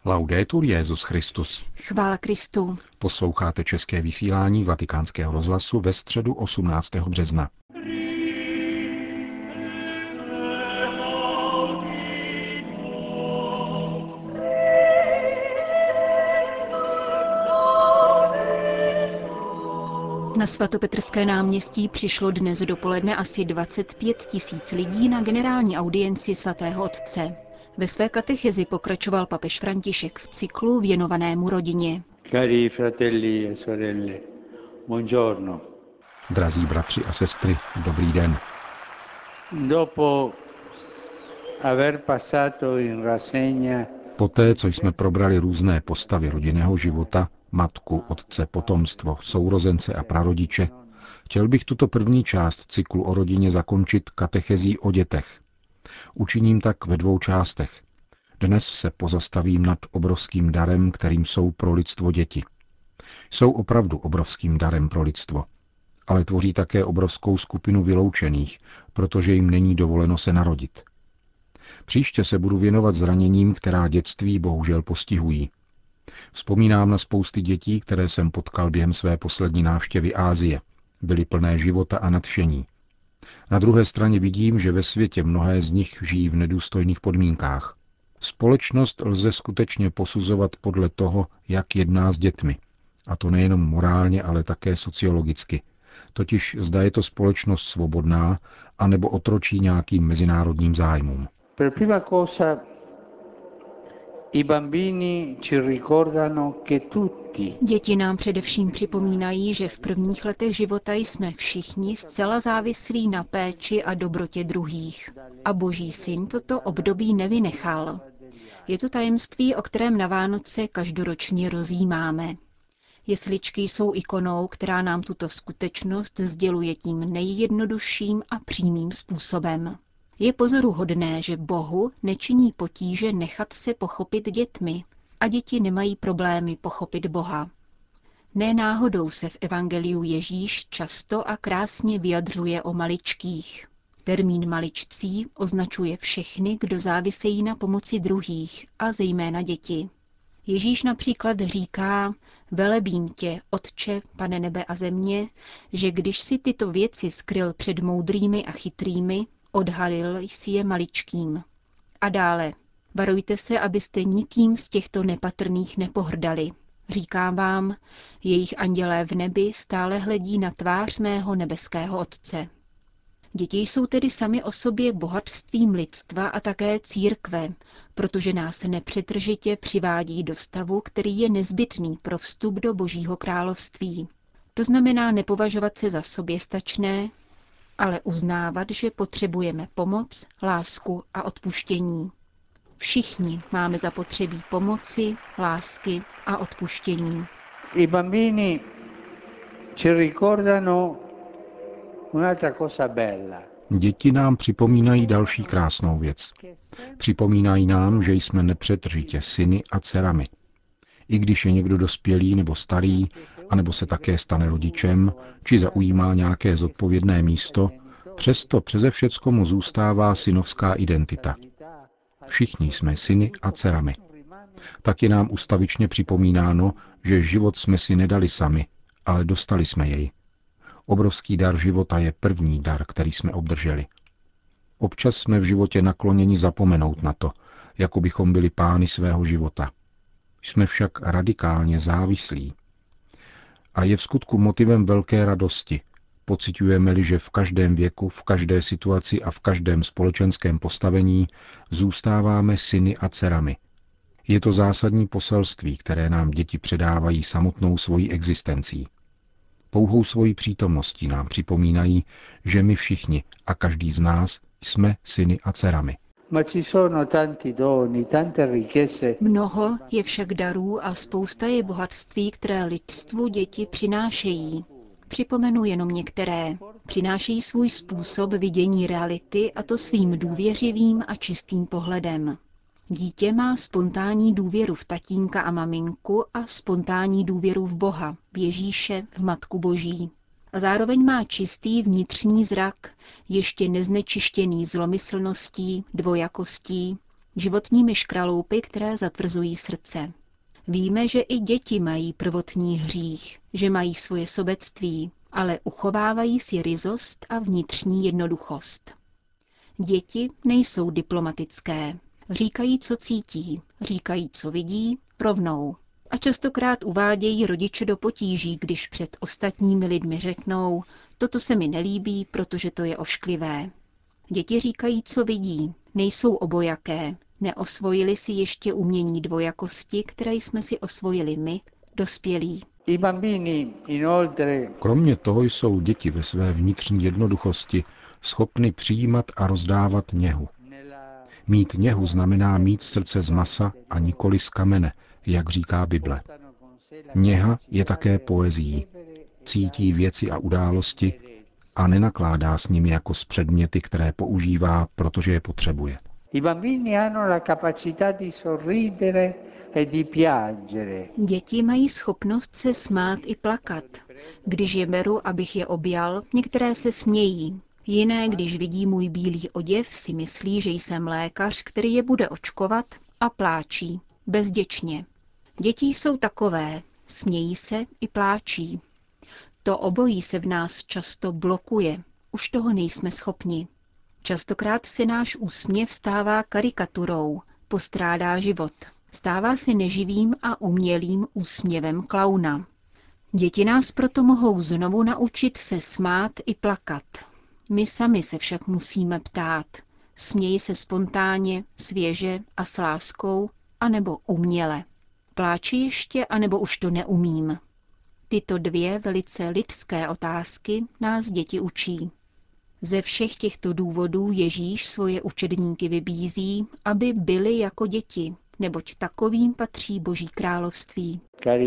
Laudetur Jesus Christus. Chvála Kristu. Posloucháte české vysílání Vatikánského rozhlasu ve středu 18. března. Na svatopetrské náměstí přišlo dnes dopoledne asi 25 000 lidí na generální audienci svatého otce. Ve své katechezi pokračoval papež František v cyklu věnovanému rodině. Cari fratelli e sorelle, buongiorno. Drazí bratři a sestry, dobrý den. Dopo aver passato in rassegna Poté, co jsme probrali různé postavy rodinného života, matku, otce, potomstvo, sourozence a prarodiče, chtěl bych tuto první část cyklu o rodině zakončit katechezí o dětech. Učiním tak ve 2 částech. Dnes se pozastavím nad obrovským darem, kterým jsou pro lidstvo děti. Jsou opravdu obrovským darem pro lidstvo, ale tvoří také obrovskou skupinu vyloučených, protože jim není dovoleno se narodit. Příště se budu věnovat zraněním, která dětství bohužel postihují. Vzpomínám na spousty dětí, které jsem potkal během své poslední návštěvy Asie. Byly plné života a nadšení. Na druhé straně vidím, že ve světě mnohé z nich žijí v nedůstojných podmínkách. Společnost lze skutečně posuzovat podle toho, jak jedná s dětmi. A to nejenom morálně, ale také sociologicky. Totiž zda je to společnost svobodná, anebo otročí nějakým mezinárodním zájmům. Per prima cosa i bambini ci ricordano che tutti Děti nám především připomínají, že v prvních letech života jsme všichni zcela závislí na péči a dobrotě druhých. A Boží syn toto období nevynechal. Je to tajemství, o kterém na Vánoce každoročně rozjímáme. Jesličky jsou ikonou, která nám tuto skutečnost sděluje tím nejjednodušším a přímým způsobem. Je pozoruhodné, že Bohu nečiní potíže nechat se pochopit dětmi a děti nemají problémy pochopit Boha. Ne náhodou se v evangeliu Ježíš často a krásně vyjadřuje o maličkých. Termín maličcí označuje všechny, kdo závisejí na pomoci druhých a zejména děti. Ježíš například říká: velebím tě, Otče, Pane nebe a země, že když si tyto věci skryl před moudrými a chytrými, odhalil jsi je maličkým. A dále: varujte se, abyste nikým z těchto nepatrných nepohrdali. Říkám vám, jejich andělé v nebi stále hledí na tvář mého nebeského Otce. Děti jsou tedy sami o sobě bohatstvím lidstva a také církve, protože nás nepřetržitě přivádí do stavu, který je nezbytný pro vstup do Božího království. To znamená nepovažovat se za soběstačné, ale uznávat, že potřebujeme pomoc, lásku a odpuštění. Všichni máme zapotřebí pomoci, lásky a odpuštění. I bambini ci ricordano un'altra cosa bella. Děti nám připomínají další krásnou věc. Připomínají nám, že jsme nepřetržitě syny a dcerami. I když je někdo dospělý nebo starý, anebo se také stane rodičem, či zaujímá nějaké zodpovědné místo, přesto přeze všecko mu zůstává synovská identita. Všichni jsme syny a dcerami. Tak je nám ustavičně připomínáno, že život jsme si nedali sami, ale dostali jsme jej. Obrovský dar života je první dar, který jsme obdrželi. Občas jsme v životě nakloněni zapomenout na to, jako bychom byli pány svého života. Jsme však radikálně závislí. A je v skutku motivem velké radosti. Pociťujeme-li, že v každém věku, v každé situaci a v každém společenském postavení zůstáváme syny a dcerami. Je to zásadní poselství, které nám děti předávají samotnou svojí existencí. Pouhou svojí přítomností nám připomínají, že my všichni a každý z nás jsme syny a dcerami. Mnoho je však darů a spousta je bohatství, které lidstvu děti přinášejí. Připomenu jenom některé. Přinášejí svůj způsob vidění reality, a to svým důvěřivým a čistým pohledem. Dítě má spontánní důvěru v tatínka a maminku a spontánní důvěru v Boha, v Ježíše, v Matku Boží. A zároveň má čistý vnitřní zrak, ještě neznečištěný zlomyslností, dvojakostí, životními škraloupy, které zatvrzují srdce. Víme, že i děti mají prvotní hřích, že mají svoje sobectví, ale uchovávají si ryzost a vnitřní jednoduchost. Děti nejsou diplomatické. Říkají, co cítí, říkají, co vidí, rovnou. A častokrát uvádějí rodiče do potíží, když před ostatními lidmi řeknou, toto se mi nelíbí, protože to je ošklivé. Děti říkají, co vidí, nejsou obojaké, neosvojili si ještě umění dvojakosti, které jsme si osvojili my, dospělí. Kromě toho jsou děti ve své vnitřní jednoduchosti schopny přijímat a rozdávat něhu. Mít něhu znamená mít srdce z masa a nikoli z kamene, jak říká Bible. Něha je také poezií. Cítí věci a události a nenakládá s nimi jako s předměty, které používá, protože je potřebuje. Děti mají schopnost se smát i plakat. Když je beru, abych je objal, některé se smějí. Jiné, když vidí můj bílý oděv, si myslí, že jsem lékař, který je bude očkovat, a pláčí. Bezděčně. Děti jsou takové. Smějí se i pláčí. To obojí se v nás často blokuje. Už toho nejsme schopni. Častokrát se náš úsměv stává karikaturou, postrádá život. Stává se neživým a umělým úsměvem klauna. Děti nás proto mohou znovu naučit se smát i plakat. My sami se však musíme ptát. Směji se spontánně, svěže a s láskou, anebo uměle. Pláči ještě, anebo už to neumím. Tyto dvě velice lidské otázky nás děti učí. Ze všech těchto důvodů Ježíš svoje učedníky vybízí, aby byli jako děti, neboť takovým patří Boží království.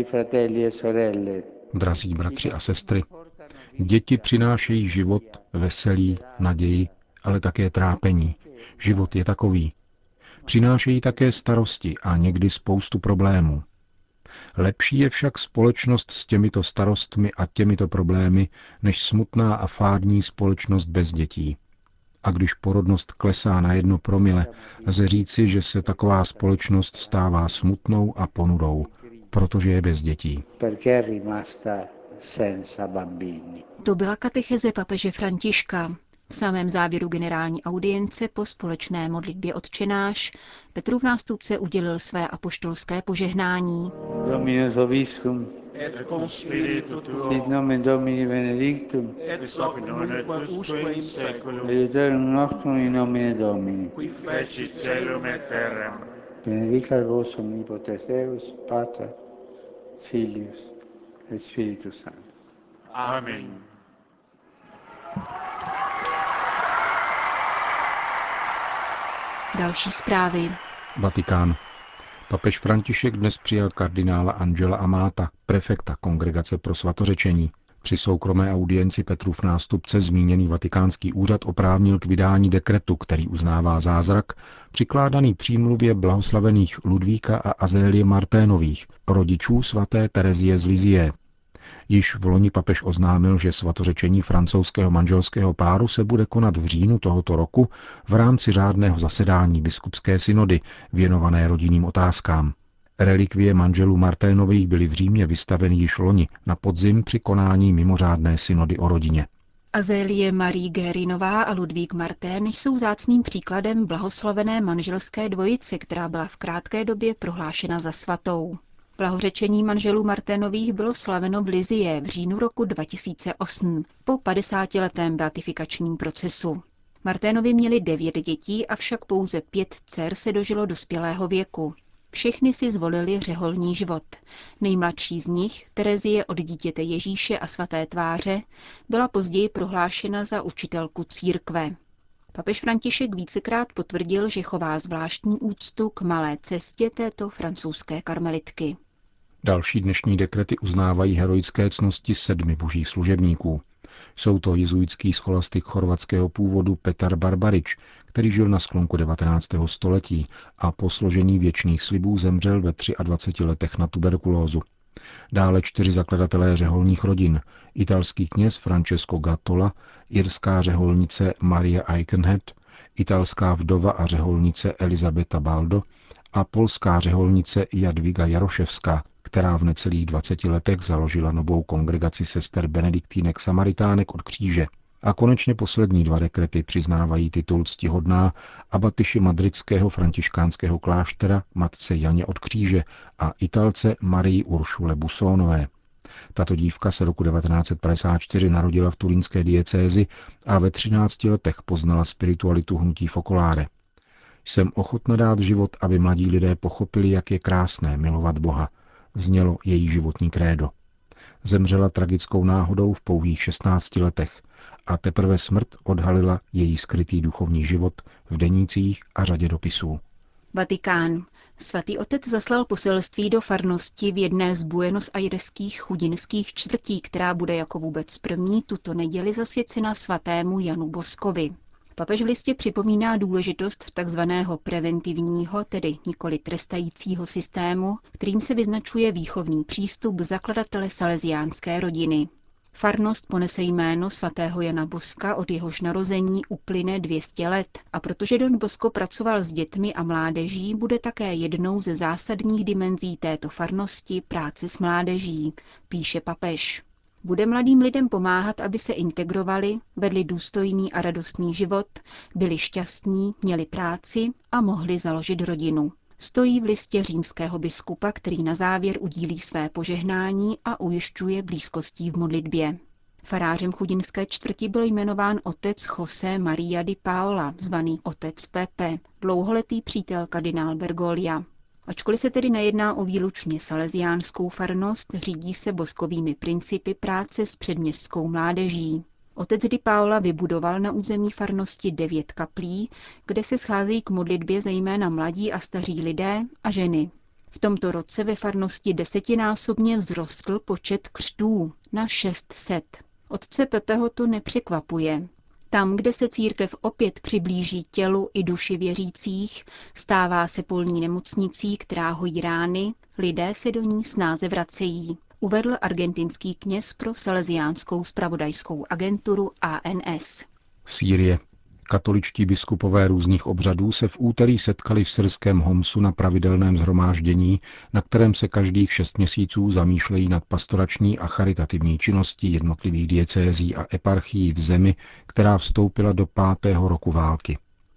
Drazí bratři a sestry, děti přinášejí život, veselí, naději, ale také trápení. Život je takový. Přinášejí také starosti a někdy spoustu problémů. Lepší je však společnost s těmito starostmi a těmito problémy, než smutná a fádní společnost bez dětí. A když porodnost klesá na 1 promile, lze říci, že se taková společnost stává smutnou a ponurou, protože je bez dětí. To byla katecheze papeže Františka. V samém závěru generální audience po společné modlitbě Otčenáš Petrův nástupce udělil své apoštolské požehnání. Dominus vobiscum, et cum spiritu tuo, sit nomen Domini benedictum, et hoc nunc usque in saeculum, aiuterium nostrum in nomine Domini. qui fecit caelum et terram. Benedicat vos omnipotens Deus, Pater, Filius et Spiritus Sanctus. Amen. Další zprávy. Vatikán. Papež František dnes přijal kardinála Angela Amata, prefekta Kongregace pro svatořečení. Při soukromé audienci Petrův nástupce zmíněný vatikánský úřad oprávnil k vydání dekretu, který uznává zázrak, přikládaný přímluvě blahoslavených Ludvíka a Azélie Marténových, rodičů svaté Terezie z Lisie. Již v loni papež oznámil, že svatořečení francouzského manželského páru se bude konat v říjnu tohoto roku v rámci řádného zasedání biskupské synody věnované rodinným otázkám. Relikvie manželů Marténových byly v Římě vystaveny již loni na podzim při konání mimořádné synody o rodině. Azélie Marie Guérinová a Ludvík Martén jsou vzácným příkladem blahoslavené manželské dvojice, která byla v krátké době prohlášena za svatou. Blahořečení manželů Marténových bylo slaveno v Lisie v říjnu roku 2008 po 50letém beatifikačním procesu. Marténovi měli 9 dětí, avšak pouze 5 dcer se dožilo dospělého věku. Všechny si zvolili řeholní život. Nejmladší z nich, Terezie od dítěte Ježíše a svaté tváře, byla později prohlášena za učitelku církve. Papež František vícekrát potvrdil, že chová zvláštní úctu k malé cestě této francouzské karmelitky. Další dnešní dekrety uznávají heroické ctnosti 7 božích služebníků. Jsou to jezuitský scholastik chorvatského původu Petar Barbarič, který žil na sklonku 19. století a po složení věčných slibů zemřel ve 23 letech na tuberkulózu. Dále 4 zakladatelé řeholních rodin, italský kněz Francesco Gattola, irská řeholnice Maria Aikenhead, italská vdova a řeholnice Elizabeta Baldo a polská řeholnice Jadwiga Jaroševská, která v necelých 20 letech založila novou kongregaci sester benediktínek samaritánek od kříže. A konečně poslední 2 dekrety přiznávají titul ctihodná abatyši madridského františkánského kláštera matce Janě od kříže a Italce Marii Uršule Busónové. Tato dívka se roku 1954 narodila v turínské diecézi a ve 13 letech poznala spiritualitu hnutí Focolare. Jsem ochotna dát život, aby mladí lidé pochopili, jak je krásné milovat Boha, znělo její životní krédo. Zemřela tragickou náhodou v pouhých 16 letech a teprve smrt odhalila její skrytý duchovní život v denících a řadě dopisů. Vatikán. Svatý otec zaslal poselství do farnosti v jedné z Buenos Aireských chudinských čtvrtí, která bude jako vůbec první tuto neděli zasvěcena svatému Janu Boskovi. Papež v listě připomíná důležitost takzvaného preventivního, tedy nikoli trestajícího systému, kterým se vyznačuje výchovný přístup zakladatele salesiánské rodiny. Farnost ponese jméno svatého Jana Boska, od jehož narození uplyne 200 let, a protože Don Bosco pracoval s dětmi a mládeží, bude také jednou ze zásadních dimenzí této farnosti práce s mládeží, píše papež. Bude mladým lidem pomáhat, aby se integrovali, vedli důstojný a radostný život, byli šťastní, měli práci a mohli založit rodinu. Stojí v listě římského biskupa, který na závěr udílí své požehnání a ujišťuje blízkostí v modlitbě. Farářem chudinské čtvrti byl jmenován otec José María di Paola, zvaný otec Pepe, dlouholetý přítel kardinál Bergoglio. Ačkoliv se tedy nejedná o výlučně salesiánskou farnost, řídí se boskovými principy práce s předměstskou mládeží. Otec Di Paola vybudoval na území farnosti 9 kaplí, kde se scházejí k modlitbě zejména mladí a staří lidé a ženy. V tomto roce ve farnosti 10násobně vzrostl počet křtů na 600. Otce Pepeho to nepřekvapuje. Tam, kde se církev opět přiblíží tělu i duši věřících, stává se polní nemocnicí, která hojí rány, lidé se do ní snáze vracejí, uvedl argentinský kněz pro salesiánskou zpravodajskou agenturu ANS. Sýrie. Katoličtí biskupové různých obřadů se v úterý setkali v syrském Homsu na pravidelném shromáždění, na kterém se každých 6 měsíců zamýšlejí nad pastorační a charitativní činností jednotlivých diecézí a eparchií v zemi, která vstoupila do 5. roku války.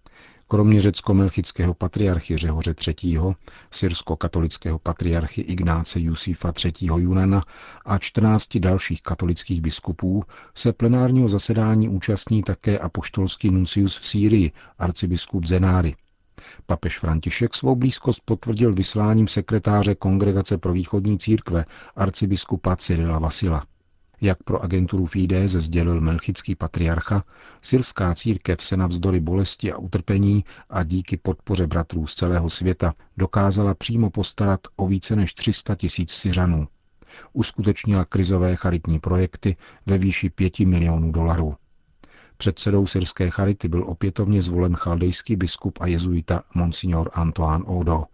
Kromě řecko-melchického patriarchy Řehoře III., syrsko-katolického patriarchy Ignáce Jusifa III. Junana a 14 dalších katolických biskupů se plenárního zasedání účastní také apoštolský nuncius v Sýrii, arcibiskup Zenári. Papež František svou blízkost potvrdil vysláním sekretáře Kongregace pro východní církve, arcibiskupa Cyrila Vasila. Jak pro agenturu Fides sdělil melchický patriarcha, syrská církev se navzdory bolesti a utrpení a díky podpoře bratrů z celého světa dokázala přímo postarat o více než 300 000 Syřanů. Uskutečnila krizové charitní projekty ve výši $5 milionů. Předsedou syrské charity byl opětovně zvolen chaldejský biskup a jezuita Monsignor Antoine Odo.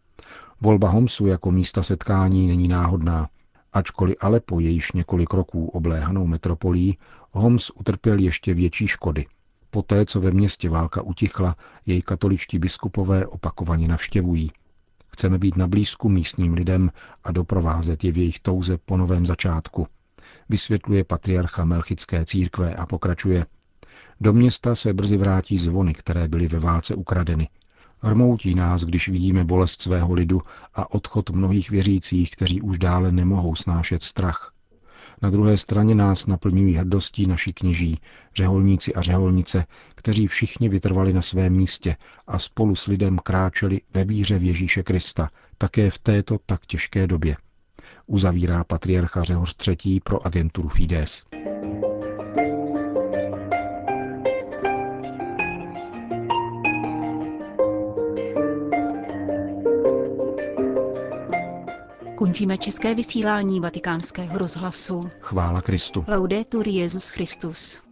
Volba Homsu jako místa setkání není náhodná. Ačkoliv Alepo je již několik roků obléhanou metropolí, Homs utrpěl ještě větší škody. Poté, co ve městě válka utichla, jej katoličtí biskupové opakovaně navštěvují. Chceme být na blízku místním lidem a doprovázet je v jejich touze po novém začátku, vysvětluje patriarcha melchické církve a pokračuje. Do města se brzy vrátí zvony, které byly ve válce ukradeny. Hrmoutí nás, když vidíme bolest svého lidu a odchod mnohých věřících, kteří už dále nemohou snášet strach. Na druhé straně nás naplňují hrdostí naši kněží, řeholníci a řeholnice, kteří všichni vytrvali na svém místě a spolu s lidem kráčeli ve víře v Ježíše Krista, také v této tak těžké době. Uzavírá patriarcha Řehoř III. Pro agenturu Fides. Končíme české vysílání Vatikánského rozhlasu. Chvála Kristu. Laudetur Jesus Christus.